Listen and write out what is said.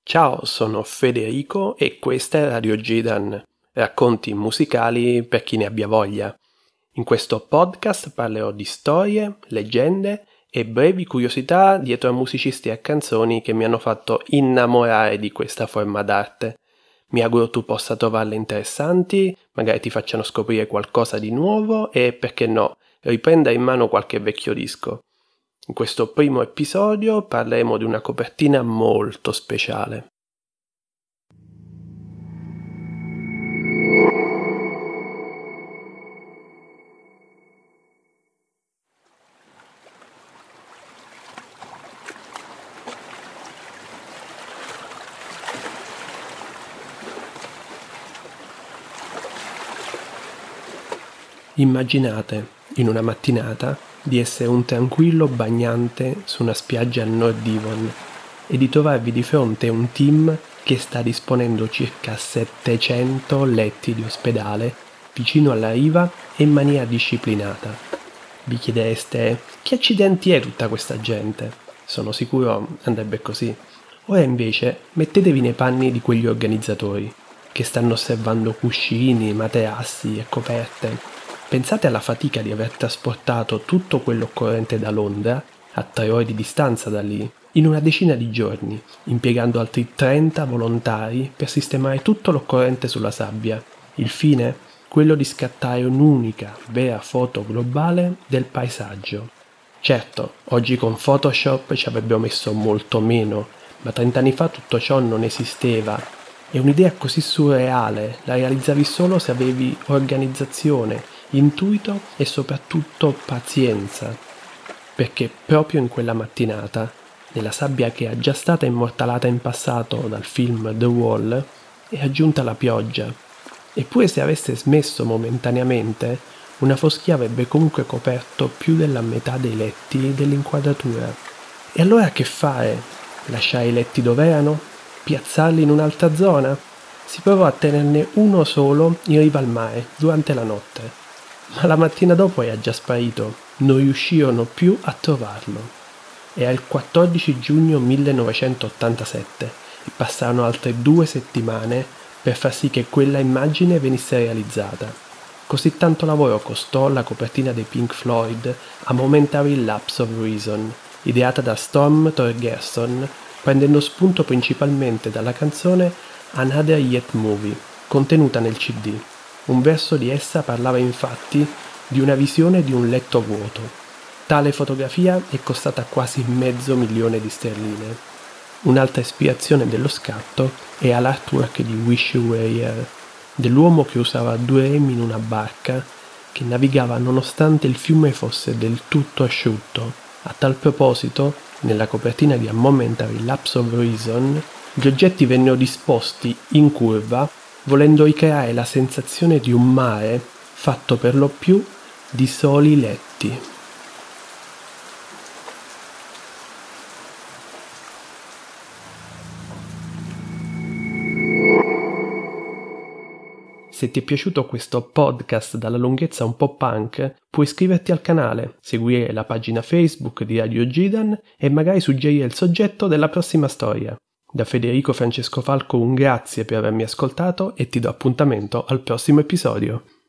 Ciao, sono Federico e questa è Radio Gidan, racconti musicali per chi ne abbia voglia. In questo podcast parlerò di storie, leggende e brevi curiosità dietro a musicisti e a canzoni che mi hanno fatto innamorare di questa forma d'arte. Mi auguro tu possa trovarle interessanti, magari ti facciano scoprire qualcosa di nuovo e, perché no, riprenda in mano qualche vecchio disco. In questo primo episodio parleremo di una copertina molto speciale. Immaginate, in una mattinata, di essere un tranquillo bagnante su una spiaggia a Nord Devon e di trovarvi di fronte un team che sta disponendo circa 700 letti di ospedale vicino alla riva e in maniera disciplinata. Vi chiedereste, che accidenti è tutta questa gente? Sono sicuro andrebbe così. Ora invece mettetevi nei panni di quegli organizzatori che stanno osservando cuscini, materassi e coperte. Pensate alla fatica di aver trasportato tutto quell'occorrente da Londra, a 3 ore di distanza da lì, in una decina di giorni, impiegando altri 30 volontari per sistemare tutto l'occorrente sulla sabbia. Il fine? Quello di scattare un'unica, vera foto globale del paesaggio. Certo, oggi con Photoshop ci avrebbero messo molto meno, ma 30 anni fa tutto ciò non esisteva. E un'idea così surreale la realizzavi solo se avevi organizzazione, intuito e soprattutto pazienza, perché proprio in quella mattinata, nella sabbia che è già stata immortalata in passato dal film The Wall, è aggiunta la pioggia. Eppure se avesse smesso momentaneamente, una foschia avrebbe comunque coperto più della metà dei letti dell'inquadratura. E allora che fare? Lasciare i letti dove erano? Piazzarli in un'altra zona? Si provò a tenerne uno solo in riva al mare durante la notte. Ma la mattina dopo era già sparito, non riuscirono più a trovarlo. Era il 14 giugno 1987 e passarono altre 2 settimane per far sì che quella immagine venisse realizzata. Così tanto lavoro costò la copertina dei Pink Floyd A Momentary Lapse of Reason, ideata da Storm Thorgerson, prendendo spunto principalmente dalla canzone Another Yet Movie, contenuta nel CD. Un verso di essa parlava infatti di una visione di un letto vuoto. Tale fotografia è costata quasi $500,000 di sterline. Un'altra ispirazione dello scatto è all'artwork di Wish You Were Here, dell'uomo che usava 2 remi in una barca che navigava nonostante il fiume fosse del tutto asciutto. A tal proposito, nella copertina di A Momentary Lapse of Reason, gli oggetti vennero disposti in curva volendo ricreare la sensazione di un mare fatto per lo più di soli letti. Se ti è piaciuto questo podcast dalla lunghezza un po' punk, puoi iscriverti al canale, seguire la pagina Facebook di Radio Gidan e magari suggerire il soggetto della prossima storia. Da Federico Francesco Falco un grazie per avermi ascoltato e ti do appuntamento al prossimo episodio.